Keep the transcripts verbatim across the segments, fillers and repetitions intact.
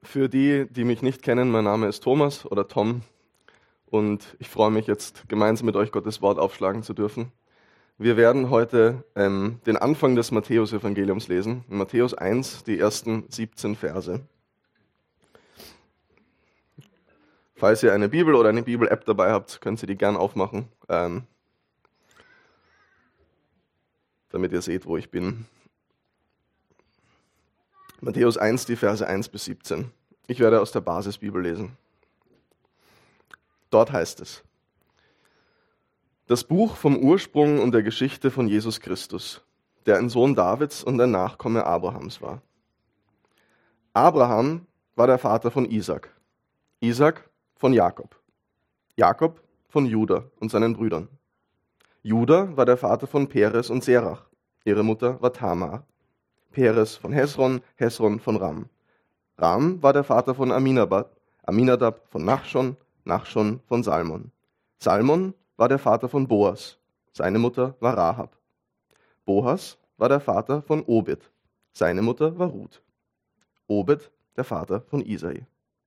Für die, die mich nicht kennen, mein Name ist Thomas oder Tom und ich freue mich jetzt gemeinsam mit euch Gottes Wort aufschlagen zu dürfen. Wir werden heute ähm, den Anfang des Matthäus-Evangeliums lesen, in Matthäus eins, die ersten siebzehn Verse. Falls ihr eine Bibel oder eine Bibel-App dabei habt, könnt ihr die gern aufmachen, ähm, damit ihr seht, wo ich bin. Matthäus eins, die Verse eins bis siebzehn. Ich werde aus der Basisbibel lesen. Dort heißt es: Das Buch vom Ursprung und der Geschichte von Jesus Christus, der ein Sohn Davids und ein Nachkomme Abrahams war. Abraham war der Vater von Isaak, Isaak von Jakob, Jakob von Juda und seinen Brüdern. Juda war der Vater von Peres und Serach, ihre Mutter war Tamar. Peres von Hesron, Hesron von Ram. Ram war der Vater von Aminadab, Aminadab von Nachschon, Nachschon von Salmon. Salmon war der Vater von Boas, seine Mutter war Rahab. Boas war der Vater von Obed, seine Mutter war Ruth. Obed der Vater von Isai.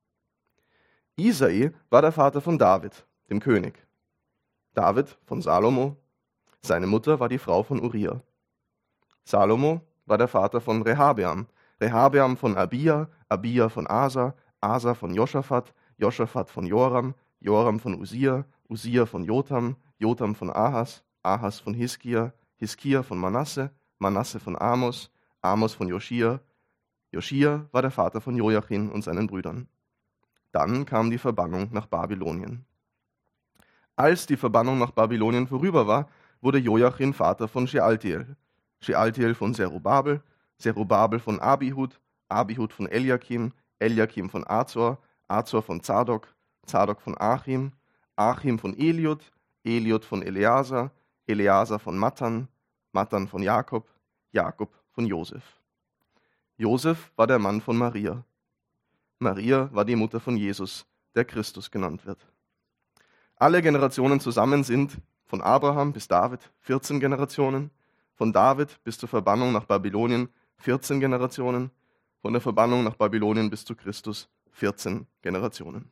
Isai war der Vater von David, dem König. David von Salomo, seine Mutter war die Frau von Uriah. Salomo war der Vater von Rehabeam, Rehabeam von Abia, Abia von Asa, Asa von Joschafat, Joschafat von Joram, Joram von Usia, Usia von Jotam, Jotam von Ahas, Ahas von Hiskia, Hiskia von Manasse, Manasse von Amos, Amos von Joschia. Joschia war der Vater von Joachim und seinen Brüdern. Dann kam die Verbannung nach Babylonien. Als die Verbannung nach Babylonien vorüber war, wurde Joachim Vater von Shealtiel, Shealtiel von Zerubabel, Zerubabel von Abihud, Abihud von Eliakim, Eliakim von Azor, Azor von Zadok, Zadok von Achim, Achim von Eliud, Eliud von Eleazar, Eleazar von Mattan, Mattan von Jakob, Jakob von Josef. Josef war der Mann von Maria. Maria war die Mutter von Jesus, der Christus genannt wird. Alle Generationen zusammen sind von Abraham bis David vierzehn Generationen, von David bis zur Verbannung nach Babylonien vierzehn Generationen, von der Verbannung nach Babylonien bis zu Christus vierzehn Generationen.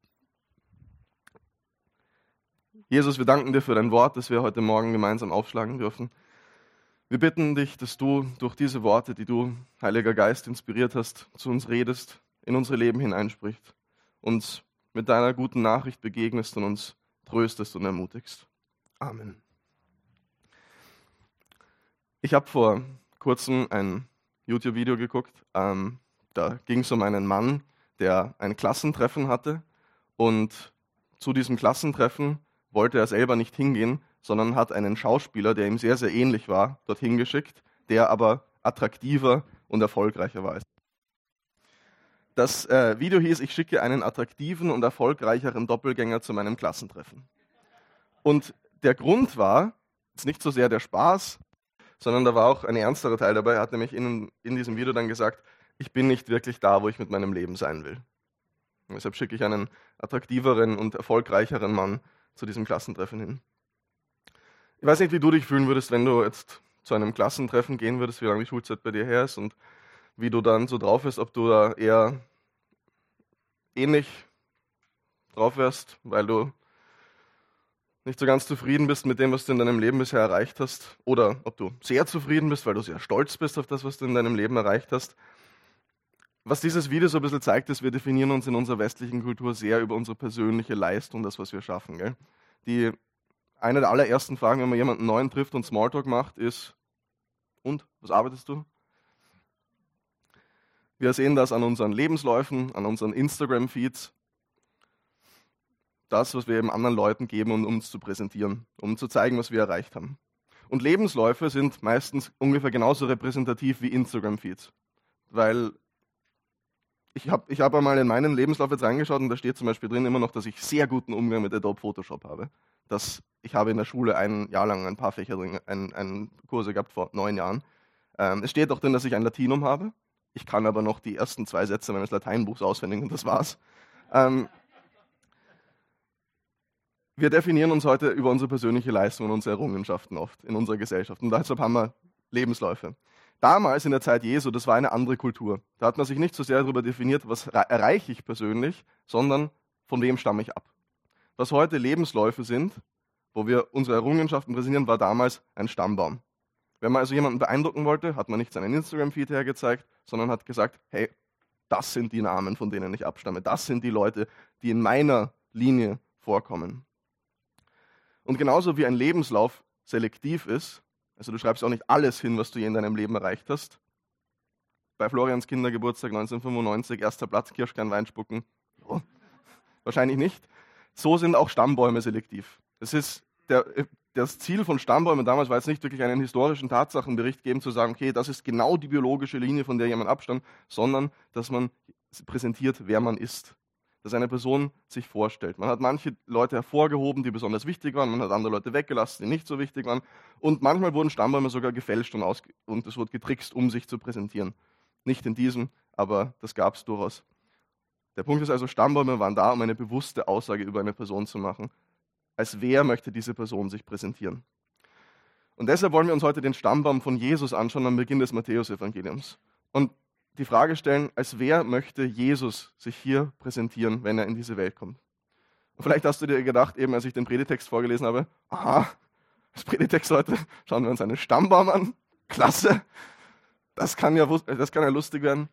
Jesus, wir danken dir für dein Wort, das wir heute Morgen gemeinsam aufschlagen dürfen. Wir bitten dich, dass du durch diese Worte, die du, Heiliger Geist, inspiriert hast, zu uns redest, in unsere Leben hineinsprichst, uns mit deiner guten Nachricht begegnest und uns tröstest und ermutigst. Amen. Ich habe vor kurzem ein YouTube-Video geguckt, ähm, da ging es um einen Mann, der ein Klassentreffen hatte und zu diesem Klassentreffen wollte er selber nicht hingehen, sondern hat einen Schauspieler, der ihm sehr, sehr ähnlich war, dorthin geschickt, der aber attraktiver und erfolgreicher war. Das äh, Video hieß: Ich schicke einen attraktiven und erfolgreicheren Doppelgänger zu meinem Klassentreffen. Und der Grund war jetzt nicht so sehr der Spaß, sondern da war auch ein ernsterer Teil dabei. Er hat nämlich in, in diesem Video dann gesagt, ich bin nicht wirklich da, wo ich mit meinem Leben sein will. Und deshalb schicke ich einen attraktiveren und erfolgreicheren Mann zu diesem Klassentreffen hin. Ich weiß nicht, wie du dich fühlen würdest, wenn du jetzt zu einem Klassentreffen gehen würdest, wie lange die Schulzeit bei dir her ist und wie du dann so drauf bist, ob du da eher ähnlich drauf wärst, weil du nicht so ganz zufrieden bist mit dem, was du in deinem Leben bisher erreicht hast, oder ob du sehr zufrieden bist, weil du sehr stolz bist auf das, was du in deinem Leben erreicht hast. Was dieses Video so ein bisschen zeigt, ist, wir definieren uns in unserer westlichen Kultur sehr über unsere persönliche Leistung, das, was wir schaffen. Gell? Die, eine der allerersten Fragen, wenn man jemanden Neuen trifft und Smalltalk macht, ist: Und, was arbeitest du? Wir sehen das an unseren Lebensläufen, an unseren Instagram-Feeds. Das, was wir eben anderen Leuten geben, um uns zu präsentieren, um zu zeigen, was wir erreicht haben. Und Lebensläufe sind meistens ungefähr genauso repräsentativ wie Instagram-Feeds. Weil ich habe ich hab einmal in meinen Lebenslauf jetzt reingeschaut und da steht zum Beispiel drin immer noch, dass ich sehr guten Umgang mit Adobe Photoshop habe. Dass ich habe in der Schule ein Jahr lang ein paar Fächer drin, ein, ein Kurse gehabt vor neun Jahren. Ähm, es steht auch drin, dass ich ein Latinum habe. Ich kann aber noch die ersten zwei Sätze meines Lateinbuchs auswendig und das war's. Ähm, Wir definieren uns heute über unsere persönliche Leistung und unsere Errungenschaften oft in unserer Gesellschaft. Und deshalb haben wir Lebensläufe. Damals in der Zeit Jesu, das war eine andere Kultur. Da hat man sich nicht so sehr darüber definiert, was erreiche ich persönlich, sondern von wem stamme ich ab. Was heute Lebensläufe sind, wo wir unsere Errungenschaften präsentieren, war damals ein Stammbaum. Wenn man also jemanden beeindrucken wollte, hat man nicht seinen Instagram-Feed hergezeigt, sondern hat gesagt, hey, das sind die Namen, von denen ich abstamme. Das sind die Leute, die in meiner Linie vorkommen. Und genauso wie ein Lebenslauf selektiv ist, also du schreibst auch nicht alles hin, was du je in deinem Leben erreicht hast. Bei Florians Kindergeburtstag neunzehnhundertfünfundneunzig, erster Platz, Kirschkern, Wein spucken. Ja, wahrscheinlich nicht. So sind auch Stammbäume selektiv. Das ist der, das Ziel von Stammbäumen damals war jetzt nicht wirklich einen historischen Tatsachenbericht geben, zu sagen, okay, das ist genau die biologische Linie, von der jemand abstammt, sondern dass man präsentiert, wer man ist. Dass eine Person sich vorstellt. Man hat manche Leute hervorgehoben, die besonders wichtig waren, man hat andere Leute weggelassen, die nicht so wichtig waren. Und manchmal wurden Stammbäume sogar gefälscht und, ausge- und es wurde getrickst, um sich zu präsentieren. Nicht in diesem, aber das gab es durchaus. Der Punkt ist also, Stammbäume waren da, um eine bewusste Aussage über eine Person zu machen. Als wer möchte diese Person sich präsentieren? Und deshalb wollen wir uns heute den Stammbaum von Jesus anschauen am Beginn des Matthäus-Evangeliums. Und die Frage stellen, als wer möchte Jesus sich hier präsentieren, wenn er in diese Welt kommt? Und vielleicht hast du dir gedacht, eben als ich den Predigtext vorgelesen habe, aha, als Predigtext heute schauen wir uns einen Stammbaum an. Klasse, das kann ja, das kann ja lustig werden.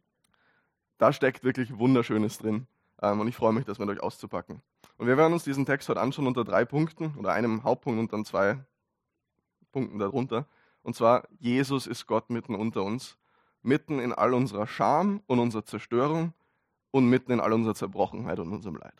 Da steckt wirklich Wunderschönes drin. Und ich freue mich, das mit euch auszupacken. Und wir werden uns diesen Text heute anschauen unter drei Punkten oder einem Hauptpunkt und dann zwei Punkten darunter. Und zwar, Jesus ist Gott mitten unter uns. Mitten in all unserer Scham und unserer Zerstörung und mitten in all unserer Zerbrochenheit und unserem Leid.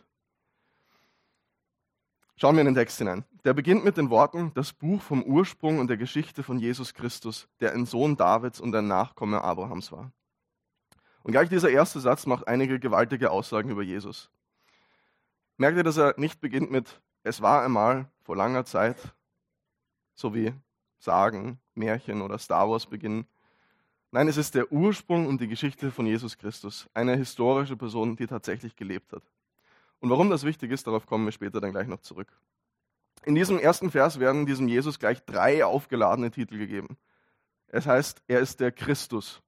Schauen wir in den Text hinein. Der beginnt mit den Worten, das Buch vom Ursprung und der Geschichte von Jesus Christus, der ein Sohn Davids und ein Nachkomme Abrahams war. Und gleich dieser erste Satz macht einige gewaltige Aussagen über Jesus. Merkt ihr, dass er nicht beginnt mit, es war einmal vor langer Zeit, so wie Sagen, Märchen oder Star Wars beginnen. Nein, es ist der Ursprung und die Geschichte von Jesus Christus, eine historische Person, die tatsächlich gelebt hat. Und warum das wichtig ist, darauf kommen wir später dann gleich noch zurück. In diesem ersten Vers werden diesem Jesus gleich drei aufgeladene Titel gegeben. Es heißt, er ist der Christus.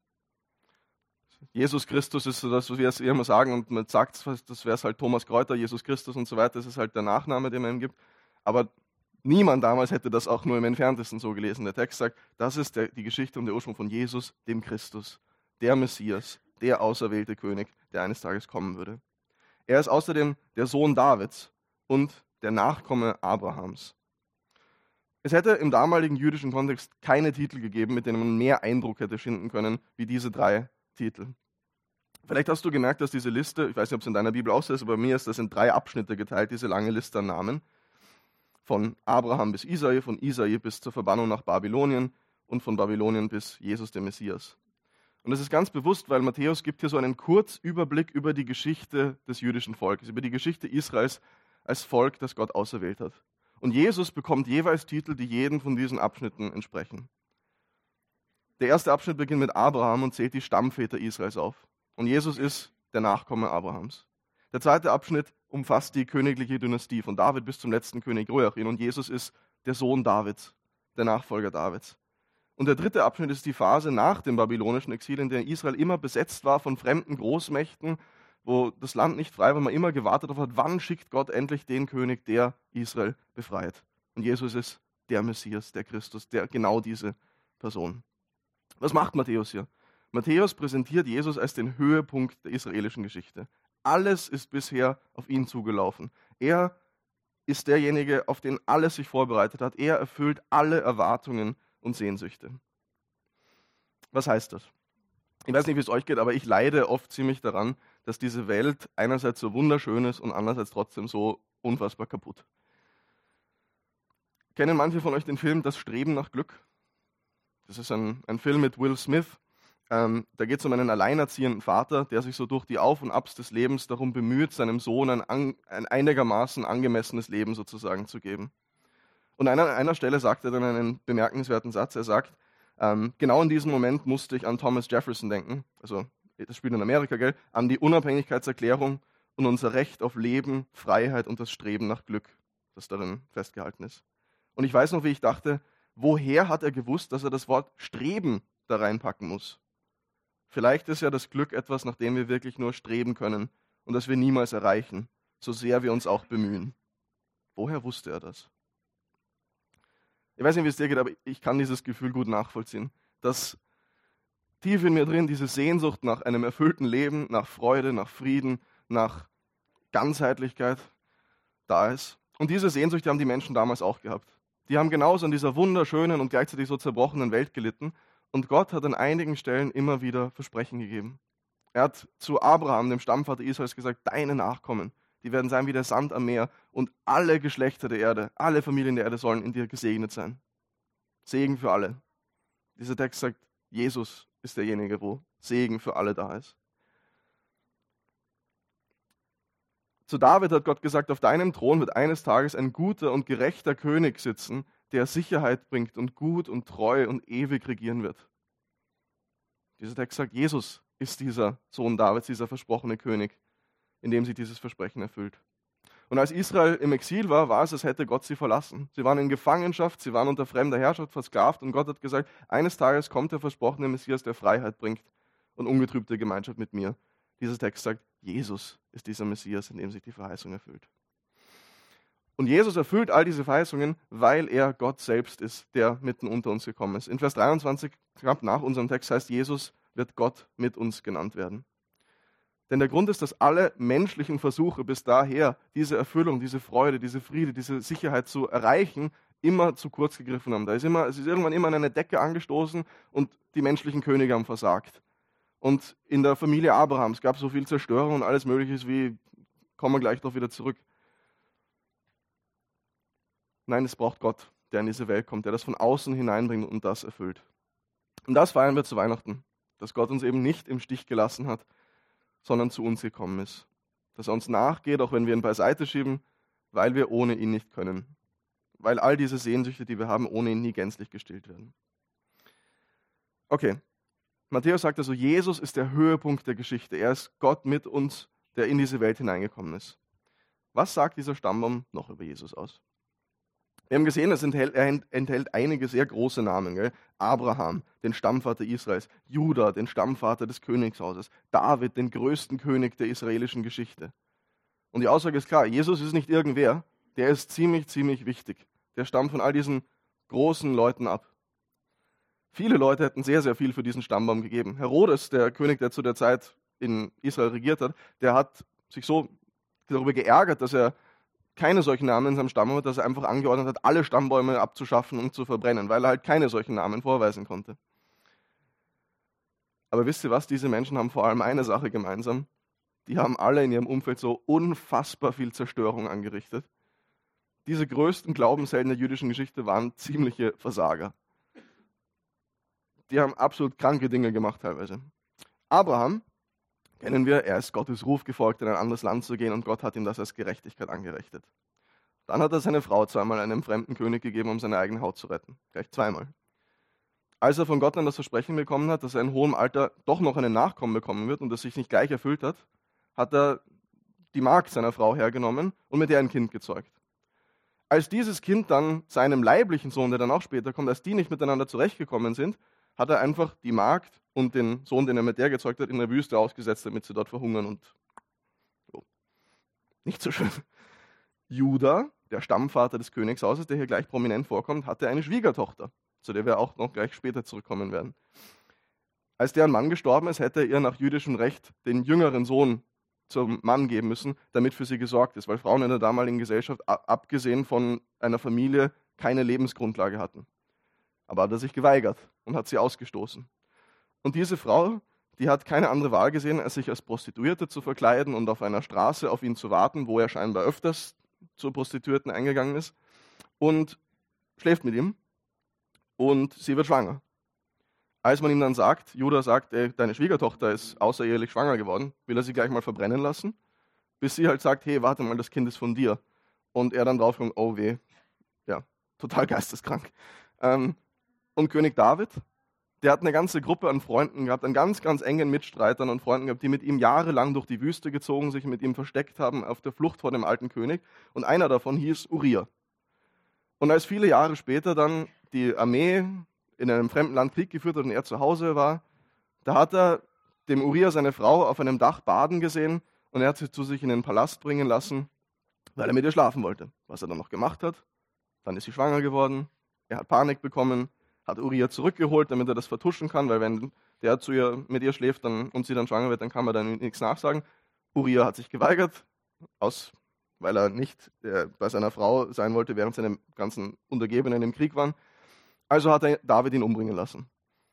Jesus Christus ist so das, was wir immer sagen, und man sagt, das wäre es halt Thomas Kräuter, Jesus Christus und so weiter, das ist halt der Nachname, den man ihm gibt. Aber niemand damals hätte das auch nur im Entferntesten so gelesen. Der Text sagt, das ist der, die Geschichte und der Ursprung von Jesus, dem Christus, der Messias, der auserwählte König, der eines Tages kommen würde. Er ist außerdem der Sohn Davids und der Nachkomme Abrahams. Es hätte im damaligen jüdischen Kontext keine Titel gegeben, mit denen man mehr Eindruck hätte schinden können, wie diese drei Titel. Vielleicht hast du gemerkt, dass diese Liste, ich weiß nicht, ob es in deiner Bibel auch so ist, aber bei mir ist das in drei Abschnitte geteilt, diese lange Liste an Namen. Von Abraham bis Isai, von Isai bis zur Verbannung nach Babylonien und von Babylonien bis Jesus, der Messias. Und das ist ganz bewusst, weil Matthäus gibt hier so einen Kurzüberblick über die Geschichte des jüdischen Volkes, über die Geschichte Israels als Volk, das Gott auserwählt hat. Und Jesus bekommt jeweils Titel, die jedem von diesen Abschnitten entsprechen. Der erste Abschnitt beginnt mit Abraham und zählt die Stammväter Israels auf. Und Jesus ist der Nachkomme Abrahams. Der zweite Abschnitt umfasst die königliche Dynastie von David bis zum letzten König Joachim. Und Jesus ist der Sohn Davids, der Nachfolger Davids. Und der dritte Abschnitt ist die Phase nach dem babylonischen Exil, in der Israel immer besetzt war von fremden Großmächten, wo das Land nicht frei war, man immer gewartet darauf hat, wann schickt Gott endlich den König, der Israel befreit. Und Jesus ist der Messias, der Christus, der genau diese Person. Was macht Matthäus hier? Matthäus präsentiert Jesus als den Höhepunkt der israelischen Geschichte. Alles ist bisher auf ihn zugelaufen. Er ist derjenige, auf den alles sich vorbereitet hat. Er erfüllt alle Erwartungen und Sehnsüchte. Was heißt das? Ich weiß nicht, wie es euch geht, aber ich leide oft ziemlich daran, dass diese Welt einerseits so wunderschön ist und andererseits trotzdem so unfassbar kaputt. Kennen manche von euch den Film Das Streben nach Glück? Das ist ein, ein Film mit Will Smith. Ähm, da geht es um einen alleinerziehenden Vater, der sich so durch die Auf- und Abs des Lebens darum bemüht, seinem Sohn ein, an, ein einigermaßen angemessenes Leben sozusagen zu geben. Und an einer, einer Stelle sagt er dann einen bemerkenswerten Satz. Er sagt, ähm, genau in diesem Moment musste ich an Thomas Jefferson denken, also das spielt in Amerika, gell, an die Unabhängigkeitserklärung und unser Recht auf Leben, Freiheit und das Streben nach Glück, das darin festgehalten ist. Und ich weiß noch, wie ich dachte, woher hat er gewusst, dass er das Wort Streben da reinpacken muss. Vielleicht ist ja das Glück etwas, nach dem wir wirklich nur streben können und das wir niemals erreichen, so sehr wir uns auch bemühen. Woher wusste er das? Ich weiß nicht, wie es dir geht, aber ich kann dieses Gefühl gut nachvollziehen, dass tief in mir drin diese Sehnsucht nach einem erfüllten Leben, nach Freude, nach Frieden, nach Ganzheitlichkeit da ist. Und diese Sehnsucht, die haben die Menschen damals auch gehabt. Die haben genauso an dieser wunderschönen und gleichzeitig so zerbrochenen Welt gelitten. Und Gott hat an einigen Stellen immer wieder Versprechen gegeben. Er hat zu Abraham, dem Stammvater Israels, gesagt, deine Nachkommen, die werden sein wie der Sand am Meer und alle Geschlechter der Erde, alle Familien der Erde sollen in dir gesegnet sein. Segen für alle. Dieser Text sagt, Jesus ist derjenige, wo Segen für alle da ist. Zu David hat Gott gesagt, auf deinem Thron wird eines Tages ein guter und gerechter König sitzen, der Sicherheit bringt und gut und treu und ewig regieren wird. Dieser Text sagt, Jesus ist dieser Sohn Davids, dieser versprochene König, in dem sich dieses Versprechen erfüllt. Und als Israel im Exil war, war es, als hätte Gott sie verlassen. Sie waren in Gefangenschaft, sie waren unter fremder Herrschaft versklavt und Gott hat gesagt, eines Tages kommt der versprochene Messias, der Freiheit bringt und ungetrübte Gemeinschaft mit mir. Dieser Text sagt, Jesus ist dieser Messias, in dem sich die Verheißung erfüllt. Und Jesus erfüllt all diese Verheißungen, weil er Gott selbst ist, der mitten unter uns gekommen ist. In Vers dreiundzwanzig, knapp nach unserem Text, heißt, Jesus wird Gott mit uns genannt werden. Denn der Grund ist, dass alle menschlichen Versuche bis daher, diese Erfüllung, diese Freude, diese Friede, diese Sicherheit zu erreichen, immer zu kurz gegriffen haben. Da ist immer, es ist irgendwann immer an eine Decke angestoßen und die menschlichen Könige haben versagt. Und in der Familie Abrahams gab es so viel Zerstörung und alles Mögliche wie, kommen wir gleich doch wieder zurück. Nein, es braucht Gott, der in diese Welt kommt, der das von außen hineinbringt und das erfüllt. Und das feiern wir zu Weihnachten, dass Gott uns eben nicht im Stich gelassen hat, sondern zu uns gekommen ist. Dass er uns nachgeht, auch wenn wir ihn beiseite schieben, weil wir ohne ihn nicht können. Weil all diese Sehnsüchte, die wir haben, ohne ihn nie gänzlich gestillt werden. Okay, Matthäus sagt also, Jesus ist der Höhepunkt der Geschichte. Er ist Gott mit uns, der in diese Welt hineingekommen ist. Was sagt dieser Stammbaum noch über Jesus aus? Wir haben gesehen, es enthält, er enthält einige sehr große Namen. Gell? Abraham, den Stammvater Israels, Juda, den Stammvater des Königshauses, David, den größten König der israelischen Geschichte. Und die Aussage ist klar, Jesus ist nicht irgendwer, der ist ziemlich, ziemlich wichtig. Der stammt von all diesen großen Leuten ab. Viele Leute hätten sehr, sehr viel für diesen Stammbaum gegeben. Herodes, der König, der zu der Zeit in Israel regiert hat, der hat sich so darüber geärgert, dass er keine solchen Namen in seinem Stamm hat, dass er einfach angeordnet hat, alle Stammbäume abzuschaffen und zu verbrennen, weil er halt keine solchen Namen vorweisen konnte. Aber wisst ihr was? Diese Menschen haben vor allem eine Sache gemeinsam. Die haben alle in ihrem Umfeld so unfassbar viel Zerstörung angerichtet. Diese größten Glaubenshelden der jüdischen Geschichte waren ziemliche Versager. Die haben absolut kranke Dinge gemacht teilweise. Abraham, kennen wir, er ist Gottes Ruf gefolgt, in ein anderes Land zu gehen und Gott hat ihm das als Gerechtigkeit angerechnet. Dann hat er seine Frau zweimal einem fremden König gegeben, um seine eigene Haut zu retten. Gleich zweimal. Als er von Gott dann das Versprechen bekommen hat, dass er in hohem Alter doch noch einen Nachkommen bekommen wird und das sich nicht gleich erfüllt hat, hat er die Magd seiner Frau hergenommen und mit ihr ein Kind gezeugt. Als dieses Kind dann seinem leiblichen Sohn, der dann auch später kommt, als die nicht miteinander zurechtgekommen sind, hat er einfach die Magd und den Sohn, den er mit der gezeugt hat, in der Wüste ausgesetzt, damit sie dort verhungern und oh, nicht so schön. Juda, der Stammvater des Königshauses, der hier gleich prominent vorkommt, hatte eine Schwiegertochter, zu der wir auch noch gleich später zurückkommen werden. Als deren Mann gestorben ist, hätte er ihr nach jüdischem Recht den jüngeren Sohn zum Mann geben müssen, damit für sie gesorgt ist, weil Frauen in der damaligen Gesellschaft, abgesehen von einer Familie, keine Lebensgrundlage hatten. Aber hat er sich geweigert und hat sie ausgestoßen. Und diese Frau, die hat keine andere Wahl gesehen, als sich als Prostituierte zu verkleiden und auf einer Straße auf ihn zu warten, wo er scheinbar öfters zur Prostituierten eingegangen ist, und schläft mit ihm und sie wird schwanger. Als man ihm dann sagt, Judah sagt, ey, deine Schwiegertochter ist außerehelich schwanger geworden, will er sie gleich mal verbrennen lassen, bis sie halt sagt, hey, warte mal, das Kind ist von dir. Und er dann draufkommt, oh weh, ja, total geisteskrank. Ähm, Und König David, der hat eine ganze Gruppe an Freunden gehabt, an ganz, ganz engen Mitstreitern und Freunden gehabt, die mit ihm jahrelang durch die Wüste gezogen, sich mit ihm versteckt haben, auf der Flucht vor dem alten König. Und einer davon hieß Uriah. Und als viele Jahre später dann die Armee in einem fremden Land Krieg geführt hat und er zu Hause war, da hat er dem Uriah, seine Frau, auf einem Dach baden gesehen und er hat sie zu sich in den Palast bringen lassen, weil er mit ihr schlafen wollte. Was er dann noch gemacht hat, dann ist sie schwanger geworden, er hat Panik bekommen, hat Uriah zurückgeholt, damit er das vertuschen kann, weil wenn der zu ihr, mit ihr schläft dann, und sie dann schwanger wird, dann kann man dann nichts nachsagen. Uriah hat sich geweigert, aus, weil er nicht äh, bei seiner Frau sein wollte, während seine ganzen Untergebenen im Krieg waren. Also hat er David ihn umbringen lassen.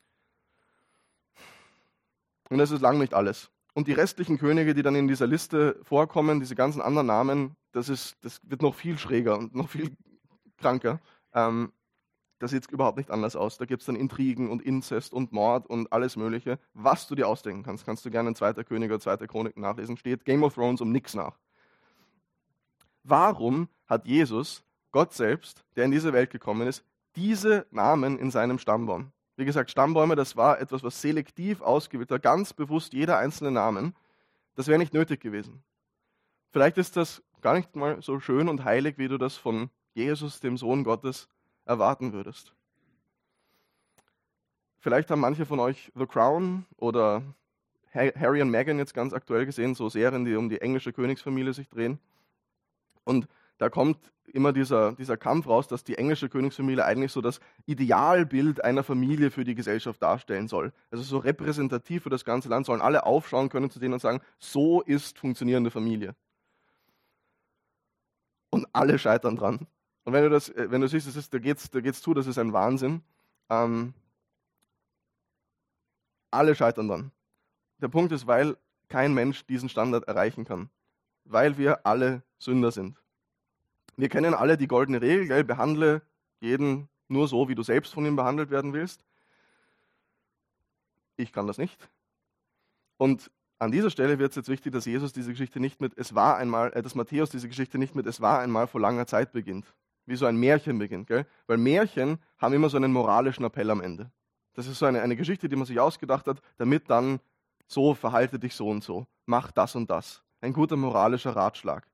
Und das ist lang nicht alles. Und die restlichen Könige, die dann in dieser Liste vorkommen, diese ganzen anderen Namen, das, ist, das wird noch viel schräger und noch viel kranker. Ähm, da sieht es überhaupt nicht anders aus. Da gibt es dann Intrigen und Inzest und Mord und alles Mögliche. Was du dir ausdenken kannst, kannst du gerne in zweiter Könige oder zweiter Chronik nachlesen. Steht Game of Thrones um nichts nach. Warum hat Jesus, Gott selbst, der in diese Welt gekommen ist, diese Namen in seinem Stammbaum? Wie gesagt, Stammbäume, das war etwas, was selektiv ausgewählt war, ganz bewusst jeder einzelne Namen. Das wäre nicht nötig gewesen. Vielleicht ist das gar nicht mal so schön und heilig, wie du das von Jesus, dem Sohn Gottes, erwarten würdest. Vielleicht haben manche von euch The Crown oder Harry und Meghan jetzt ganz aktuell gesehen, so Serien, die um die englische Königsfamilie sich drehen. Und da kommt immer dieser, dieser Kampf raus, dass die englische Königsfamilie eigentlich so das Idealbild einer Familie für die Gesellschaft darstellen soll. Also so repräsentativ für das ganze Land, sollen alle aufschauen können zu denen und sagen, so ist funktionierende Familie. Und alle scheitern dran. Und wenn du das, wenn du siehst, das ist, da geht's, da geht's zu, das ist ein Wahnsinn. Ähm, alle scheitern dran. Der Punkt ist, weil kein Mensch diesen Standard erreichen kann. Weil wir alle Sünder sind. Wir kennen alle die goldene Regel, gell? Behandle jeden nur so, wie du selbst von ihm behandelt werden willst. Ich kann das nicht. Und an dieser Stelle wird es jetzt wichtig, dass Jesus diese Geschichte nicht mit es war einmal, äh, dass Matthäus diese Geschichte nicht mit es war einmal vor langer Zeit beginnt. Wie so ein Märchen beginnt. Gell? Weil Märchen haben immer so einen moralischen Appell am Ende. Das ist so eine, eine Geschichte, die man sich ausgedacht hat, damit dann so verhalte dich so und so. Mach das und das. Ein guter moralischer Ratschlag.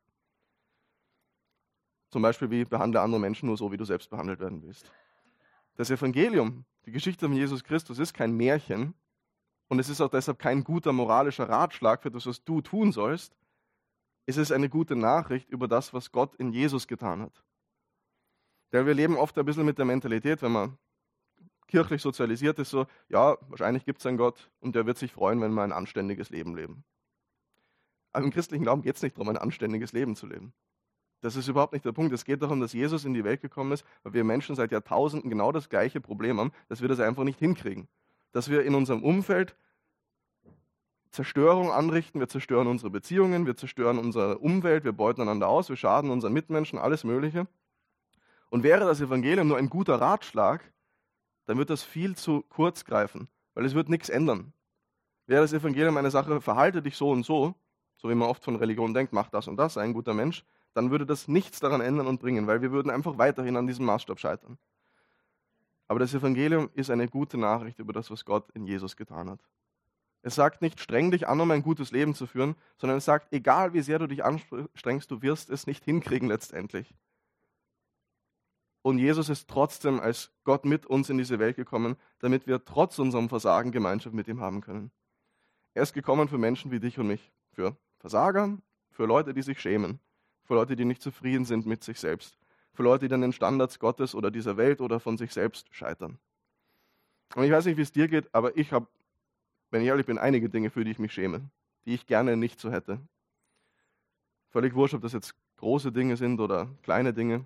Zum Beispiel wie behandle andere Menschen nur so, wie du selbst behandelt werden willst. Das Evangelium, die Geschichte von Jesus Christus, ist kein Märchen und es ist auch deshalb kein guter moralischer Ratschlag für das, was du tun sollst. Es ist eine gute Nachricht über das, was Gott in Jesus getan hat. Denn wir leben oft ein bisschen mit der Mentalität, wenn man kirchlich sozialisiert ist, so, ja, wahrscheinlich gibt es einen Gott und der wird sich freuen, wenn wir ein anständiges Leben leben. Aber im christlichen Glauben geht es nicht darum, ein anständiges Leben zu leben. Das ist überhaupt nicht der Punkt. Es geht darum, dass Jesus in die Welt gekommen ist, weil wir Menschen seit Jahrtausenden genau das gleiche Problem haben, dass wir das einfach nicht hinkriegen. Dass wir in unserem Umfeld Zerstörung anrichten, wir zerstören unsere Beziehungen, wir zerstören unsere Umwelt, wir beuten einander aus, wir schaden unseren Mitmenschen, alles Mögliche. Und wäre das Evangelium nur ein guter Ratschlag, dann wird das viel zu kurz greifen, weil es wird nichts ändern. Wäre das Evangelium eine Sache, verhalte dich so und so, so wie man oft von Religion denkt, mach das und das, sei ein guter Mensch, dann würde das nichts daran ändern und bringen, weil wir würden einfach weiterhin an diesem Maßstab scheitern. Aber das Evangelium ist eine gute Nachricht über das, was Gott in Jesus getan hat. Es sagt nicht, streng dich an, um ein gutes Leben zu führen, sondern es sagt, egal wie sehr du dich anstrengst, du wirst es nicht hinkriegen letztendlich. Und Jesus ist trotzdem als Gott mit uns in diese Welt gekommen, damit wir trotz unserem Versagen Gemeinschaft mit ihm haben können. Er ist gekommen für Menschen wie dich und mich, für Versager, für Leute, die sich schämen, für Leute, die nicht zufrieden sind mit sich selbst, für Leute, die an den Standards Gottes oder dieser Welt oder von sich selbst scheitern. Und ich weiß nicht, wie es dir geht, aber ich habe, wenn ich ehrlich bin, einige Dinge, für die ich mich schäme, die ich gerne nicht so hätte. Völlig wurscht, ob das jetzt große Dinge sind oder kleine Dinge.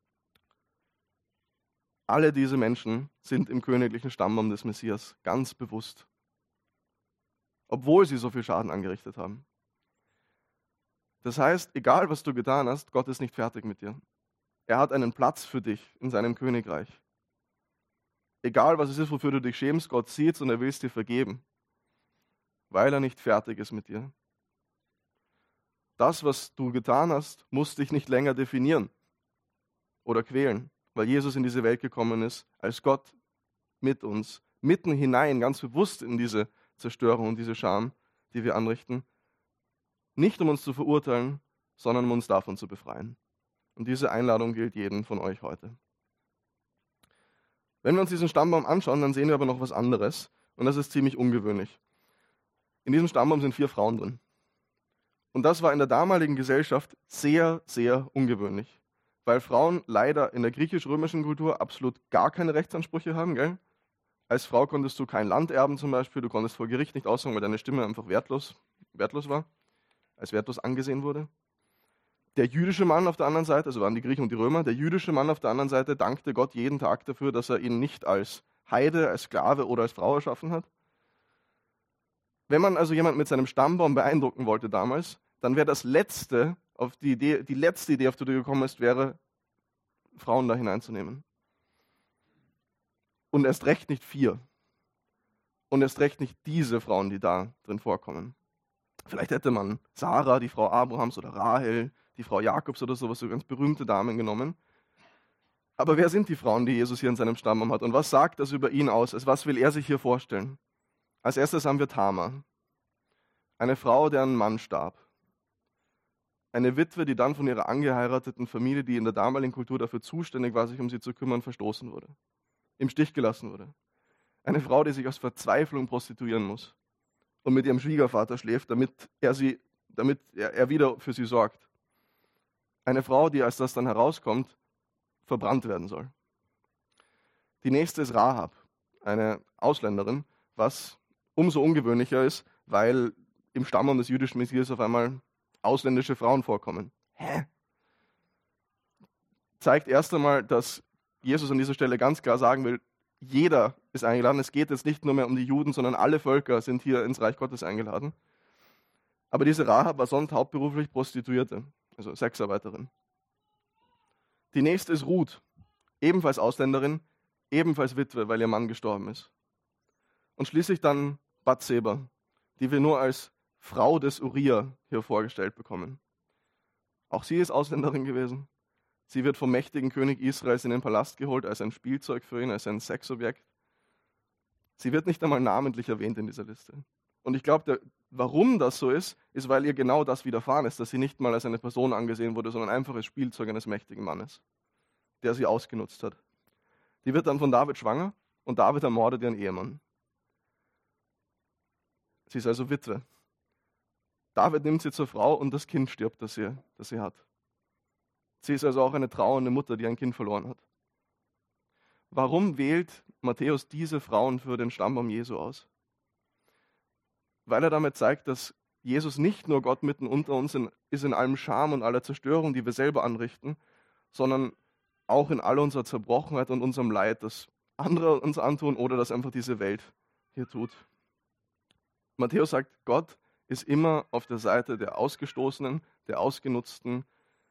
Alle diese Menschen sind im königlichen Stammbaum des Messias, ganz bewusst. Obwohl sie so viel Schaden angerichtet haben. Das heißt, egal was du getan hast, Gott ist nicht fertig mit dir. Er hat einen Platz für dich in seinem Königreich. Egal was es ist, wofür du dich schämst, Gott sieht es und er will es dir vergeben. Weil er nicht fertig ist mit dir. Das, was du getan hast, muss dich nicht länger definieren oder quälen, weil Jesus in diese Welt gekommen ist, als Gott mit uns, mitten hinein, ganz bewusst in diese Zerstörung und diese Scham, die wir anrichten. Nicht um uns zu verurteilen, sondern um uns davon zu befreien. Und diese Einladung gilt jedem von euch heute. Wenn wir uns diesen Stammbaum anschauen, dann sehen wir aber noch was anderes. Und das ist ziemlich ungewöhnlich. In diesem Stammbaum sind vier Frauen drin. Und das war in der damaligen Gesellschaft sehr, sehr ungewöhnlich. Weil Frauen leider in der griechisch-römischen Kultur absolut gar keine Rechtsansprüche haben, gell? Als Frau konntest du kein Land erben zum Beispiel, du konntest vor Gericht nicht aussagen, weil deine Stimme einfach wertlos, wertlos war, als wertlos angesehen wurde. Der jüdische Mann auf der anderen Seite, also waren die Griechen und die Römer, der jüdische Mann auf der anderen Seite dankte Gott jeden Tag dafür, dass er ihn nicht als Heide, als Sklave oder als Frau erschaffen hat. Wenn man also jemanden mit seinem Stammbaum beeindrucken wollte damals, dann wäre das letzte, auf die Idee, die letzte Idee, auf die du gekommen bist, wäre, Frauen da hineinzunehmen. Und erst recht nicht vier. Und erst recht nicht diese Frauen, die da drin vorkommen. Vielleicht hätte man Sarah, die Frau Abrahams, oder Rahel, die Frau Jakobs oder sowas, so ganz berühmte Damen genommen. Aber wer sind die Frauen, die Jesus hier in seinem Stammbaum hat? Und was sagt das über ihn aus? Also was will er sich hier vorstellen? Als erstes haben wir Tamar. Eine Frau, deren Mann starb. Eine Witwe, die dann von ihrer angeheirateten Familie, die in der damaligen Kultur dafür zuständig war, sich um sie zu kümmern, verstoßen wurde. Im Stich gelassen wurde. Eine Frau, die sich aus Verzweiflung prostituieren muss und mit ihrem Schwiegervater schläft, damit er, sie, damit er, er wieder für sie sorgt. Eine Frau, die, als das dann herauskommt, verbrannt werden soll. Die nächste ist Rahab, eine Ausländerin, was umso ungewöhnlicher ist, weil im Stammbaum des jüdischen Messias auf einmal ausländische Frauen vorkommen. Hä? Zeigt erst einmal, dass Jesus an dieser Stelle ganz klar sagen will, jeder ist eingeladen. Es geht jetzt nicht nur mehr um die Juden, sondern alle Völker sind hier ins Reich Gottes eingeladen. Aber diese Rahab war sonst hauptberuflich Prostituierte, also Sexarbeiterin. Die nächste ist Ruth, ebenfalls Ausländerin, ebenfalls Witwe, weil ihr Mann gestorben ist. Und schließlich dann Bathseba, die wir nur als Frau des Uriah hier vorgestellt bekommen. Auch sie ist Ausländerin gewesen. Sie wird vom mächtigen König Israels in den Palast geholt als ein Spielzeug für ihn, als ein Sexobjekt. Sie wird nicht einmal namentlich erwähnt in dieser Liste. Und ich glaube, warum das so ist, ist, weil ihr genau das widerfahren ist, dass sie nicht mal als eine Person angesehen wurde, sondern einfach als Spielzeug eines mächtigen Mannes, der sie ausgenutzt hat. Die wird dann von David schwanger und David ermordet ihren Ehemann. Sie ist also Witwe. David nimmt sie zur Frau und das Kind stirbt, das sie, das sie hat. Sie ist also auch eine trauernde Mutter, die ein Kind verloren hat. Warum wählt Matthäus diese Frauen für den Stammbaum Jesu aus? Weil er damit zeigt, dass Jesus nicht nur Gott mitten unter uns in, ist in allem Scham und aller Zerstörung, die wir selber anrichten, sondern auch in all unserer Zerbrochenheit und unserem Leid, das andere uns antun oder das einfach diese Welt hier tut. Matthäus sagt, Gott ist immer auf der Seite der Ausgestoßenen, der Ausgenutzten,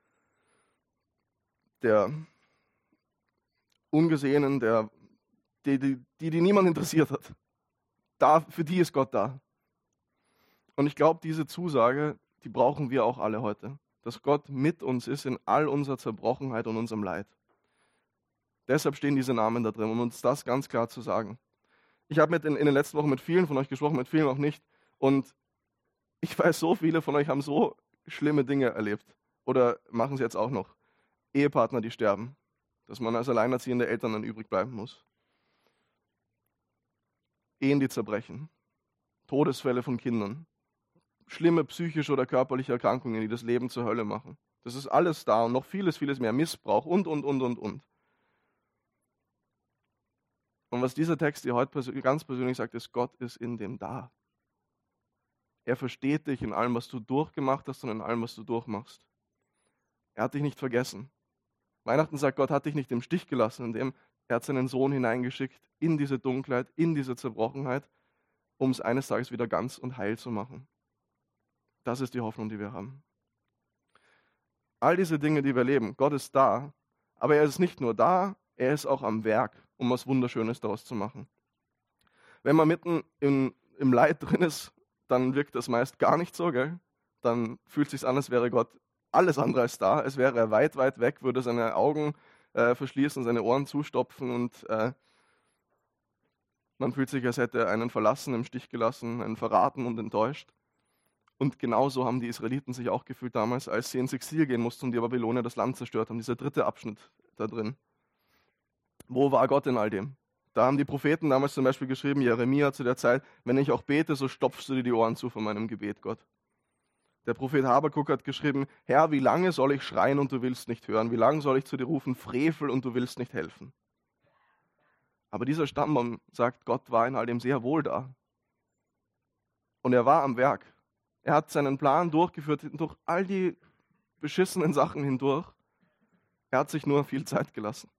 der Ungesehenen, der, die, die, die, die niemand interessiert hat. Da, für die ist Gott da. Und ich glaube, diese Zusage, die brauchen wir auch alle heute. Dass Gott mit uns ist in all unserer Zerbrochenheit und unserem Leid. Deshalb stehen diese Namen da drin, um uns das ganz klar zu sagen. Ich habe in, in den letzten Wochen mit vielen von euch gesprochen, mit vielen auch nicht. Und ich weiß, so viele von euch haben so schlimme Dinge erlebt. Oder machen sie jetzt auch noch. Ehepartner, die sterben. Dass man als alleinerziehende Eltern dann übrig bleiben muss. Ehen, die zerbrechen. Todesfälle von Kindern. Schlimme psychische oder körperliche Erkrankungen, die das Leben zur Hölle machen. Das ist alles da und noch vieles, vieles mehr. Missbrauch und, und, und, und, und. Und was dieser Text dir heute ganz persönlich sagt, ist, Gott ist in dem da. Er versteht dich in allem, was du durchgemacht hast und in allem, was du durchmachst. Er hat dich nicht vergessen. Weihnachten sagt, Gott hat dich nicht im Stich gelassen, indem er hat seinen Sohn hineingeschickt in diese Dunkelheit, in diese Zerbrochenheit, um es eines Tages wieder ganz und heil zu machen. Das ist die Hoffnung, die wir haben. All diese Dinge, die wir erleben, Gott ist da, aber er ist nicht nur da, er ist auch am Werk, um was Wunderschönes daraus zu machen. Wenn man mitten in, im Leid drin ist, dann wirkt das meist gar nicht so, gell? Dann fühlt es sich an, als wäre Gott alles andere als da, als wäre er weit, weit weg, würde seine Augen äh, verschließen, seine Ohren zustopfen und äh, man fühlt sich, als hätte er einen verlassen, im Stich gelassen, einen verraten und enttäuscht. Und genauso haben die Israeliten sich auch gefühlt damals, als sie ins Exil gehen mussten und die Babylonier das Land zerstört haben. Dieser dritte Abschnitt da drin. Wo war Gott in all dem? Da haben die Propheten damals zum Beispiel geschrieben, Jeremia zu der Zeit, wenn ich auch bete, so stopfst du dir die Ohren zu von meinem Gebet, Gott. Der Prophet Habakuk hat geschrieben, Herr, wie lange soll ich schreien und du willst nicht hören? Wie lange soll ich zu dir rufen, Frevel und du willst nicht helfen? Aber dieser Stammbaum sagt, Gott war in all dem sehr wohl da. Und er war am Werk. Er hat seinen Plan durchgeführt durch all die beschissenen Sachen hindurch. Er hat sich nur viel Zeit gelassen.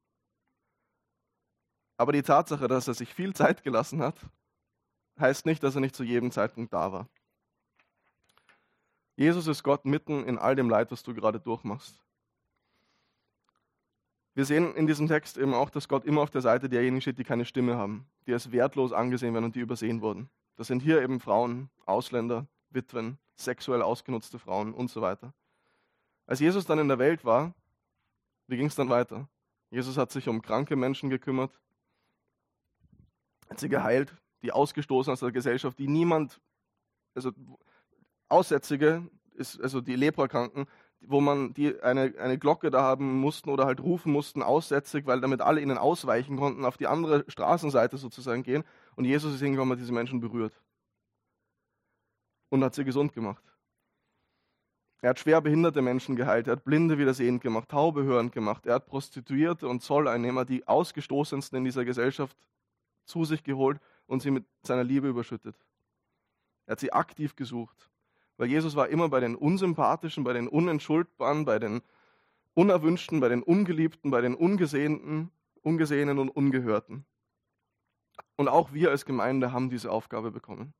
Aber die Tatsache, dass er sich viel Zeit gelassen hat, heißt nicht, dass er nicht zu jedem Zeitpunkt da war. Jesus ist Gott mitten in all dem Leid, was du gerade durchmachst. Wir sehen in diesem Text eben auch, dass Gott immer auf der Seite derjenigen steht, die keine Stimme haben, die als wertlos angesehen werden und die übersehen wurden. Das sind hier eben Frauen, Ausländer, Witwen, sexuell ausgenutzte Frauen und so weiter. Als Jesus dann in der Welt war, wie ging es dann weiter? Jesus hat sich um kranke Menschen gekümmert, hat sie geheilt, die ausgestoßen aus der Gesellschaft, die niemand, also Aussätzige, ist, also die Leprakranken, wo man die eine, eine Glocke da haben mussten oder halt rufen mussten, aussätzig, weil damit alle ihnen ausweichen konnten, auf die andere Straßenseite sozusagen gehen. Und Jesus ist hingekommen, hat diese Menschen berührt und hat sie gesund gemacht. Er hat schwer behinderte Menschen geheilt, er hat Blinde wieder sehend gemacht, Taube hörend gemacht, er hat Prostituierte und Zolleinnehmer, die ausgestoßensten in dieser Gesellschaft, zu sich geholt und sie mit seiner Liebe überschüttet. Er hat sie aktiv gesucht, weil Jesus war immer bei den Unsympathischen, bei den Unentschuldbaren, bei den Unerwünschten, bei den Ungeliebten, bei den Ungesehenen, Ungesehenen und Ungehörten. Und auch wir als Gemeinde haben diese Aufgabe bekommen.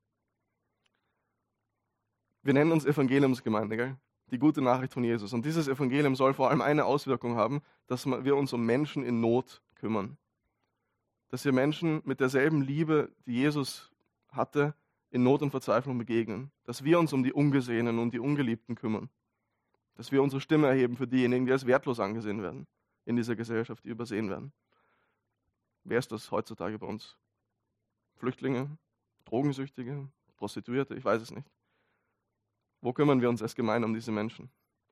Wir nennen uns Evangeliumsgemeinde, gell? Die gute Nachricht von Jesus. Und dieses Evangelium soll vor allem eine Auswirkung haben, dass wir uns um Menschen in Not kümmern. Dass wir Menschen mit derselben Liebe, die Jesus hatte, in Not und Verzweiflung begegnen. Dass wir uns um die Ungesehenen und die Ungeliebten kümmern. Dass wir unsere Stimme erheben für diejenigen, die als wertlos angesehen werden in dieser Gesellschaft, die übersehen werden. Wer ist das heutzutage bei uns? Flüchtlinge? Drogensüchtige? Prostituierte? Ich weiß es nicht. Wo kümmern wir uns als Gemeinde um diese Menschen?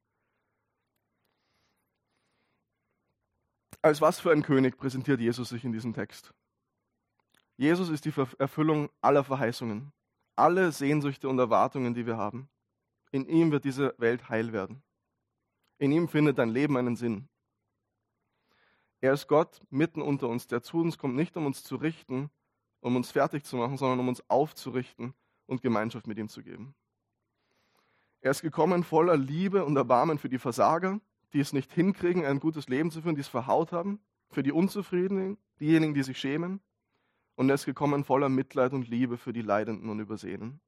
Als was für ein König präsentiert Jesus sich in diesem Text? Jesus ist die Erfüllung aller Verheißungen, alle Sehnsüchte und Erwartungen, die wir haben. In ihm wird diese Welt heil werden. In ihm findet dein Leben einen Sinn. Er ist Gott mitten unter uns, der zu uns kommt, nicht um uns zu richten, um uns fertig zu machen, sondern um uns aufzurichten und Gemeinschaft mit ihm zu geben. Er ist gekommen voller Liebe und Erbarmen für die Versager, die es nicht hinkriegen, ein gutes Leben zu führen, die es verhaut haben, für die Unzufriedenen, diejenigen, die sich schämen. Und er ist gekommen voller Mitleid und Liebe für die Leidenden und Übersehenen.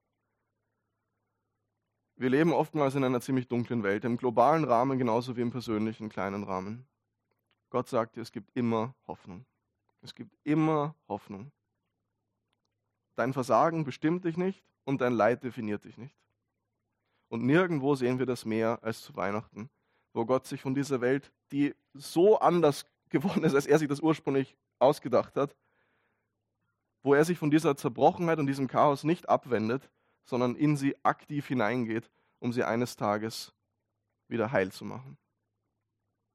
Wir leben oftmals in einer ziemlich dunklen Welt, im globalen Rahmen genauso wie im persönlichen kleinen Rahmen. Gott sagt dir, es gibt immer Hoffnung. Es gibt immer Hoffnung. Dein Versagen bestimmt dich nicht und dein Leid definiert dich nicht. Und nirgendwo sehen wir das mehr als zu Weihnachten, wo Gott sich von dieser Welt, die so anders geworden ist, als er sich das ursprünglich ausgedacht hat, wo er sich von dieser Zerbrochenheit und diesem Chaos nicht abwendet, sondern in sie aktiv hineingeht, um sie eines Tages wieder heil zu machen.